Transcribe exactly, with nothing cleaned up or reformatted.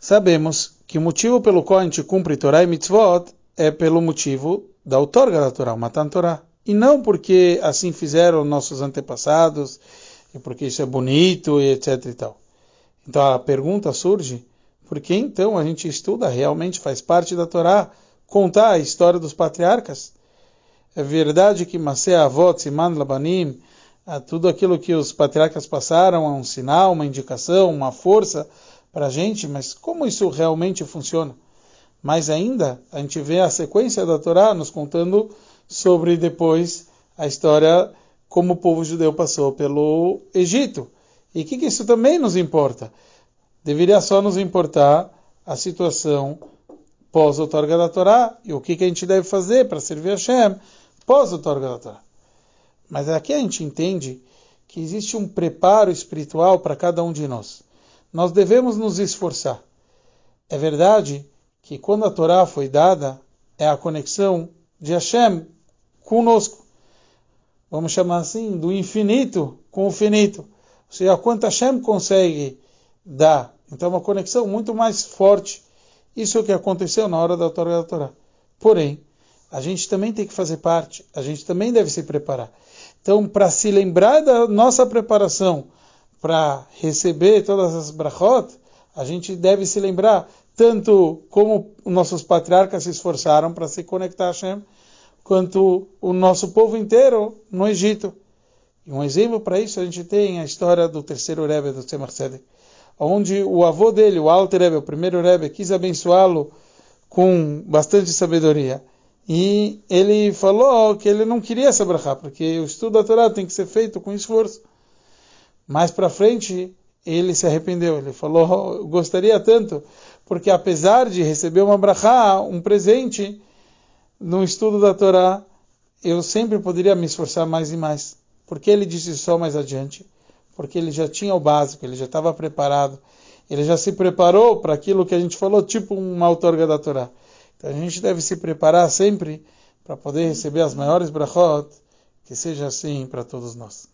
Sabemos que o motivo pelo qual a gente cumpre Torá e Mitzvot é pelo motivo da outorga da Torá, o Matan Torá. E não porque assim fizeram nossos antepassados, e porque isso é bonito, e etc e tal. Então a pergunta surge, por que então a gente estuda, realmente faz parte da Torá, contar a história dos patriarcas? É verdade que Maseh Avot, Siman Labanim, tudo aquilo que os patriarcas passaram é um sinal, uma indicação, uma força para a gente, mas como isso realmente funciona? Mas ainda, a gente vê a sequência da Torá nos contando sobre depois a história como o povo judeu passou pelo Egito. E o que, que isso também nos importa? Deveria só nos importar a situação pós-outorga da Torá e o que, que a gente deve fazer para servir a Hashem pós-outorga da Torá. Mas aqui a gente entende que existe um preparo espiritual para cada um de nós. Nós devemos nos esforçar. É verdade que quando a Torá foi dada, é a conexão de Hashem conosco. Vamos chamar assim, do infinito com o finito. Ou seja, quanto Hashem consegue dar. Então é uma conexão muito mais forte. Isso é o que aconteceu na hora da outorga da Torá. Porém, a gente também tem que fazer parte. A gente também deve se preparar. Então, para se lembrar da nossa preparação para receber todas as brachot, a gente deve se lembrar tanto como os nossos patriarcas se esforçaram para se conectar a Hashem, quanto o nosso povo inteiro no Egito. E um exemplo para isso a gente tem a história do terceiro Rebbe do Tzemach Tzedek, onde o avô dele, o Alter Rebbe, o primeiro Rebbe, quis abençoá-lo com bastante sabedoria. E ele falou que ele não queria essa brachá, porque o estudo da Torá tem que ser feito com esforço. Mais para frente, ele se arrependeu. Ele falou, eu gostaria tanto, porque apesar de receber uma brachá, um presente, no estudo da Torá, eu sempre poderia me esforçar mais e mais. Porque ele disse só mais adiante? Porque ele já tinha o básico, ele já estava preparado, ele já se preparou para aquilo que a gente falou, tipo uma outorga da Torá. Então a gente deve se preparar sempre para poder receber as maiores brachot, que seja assim para todos nós.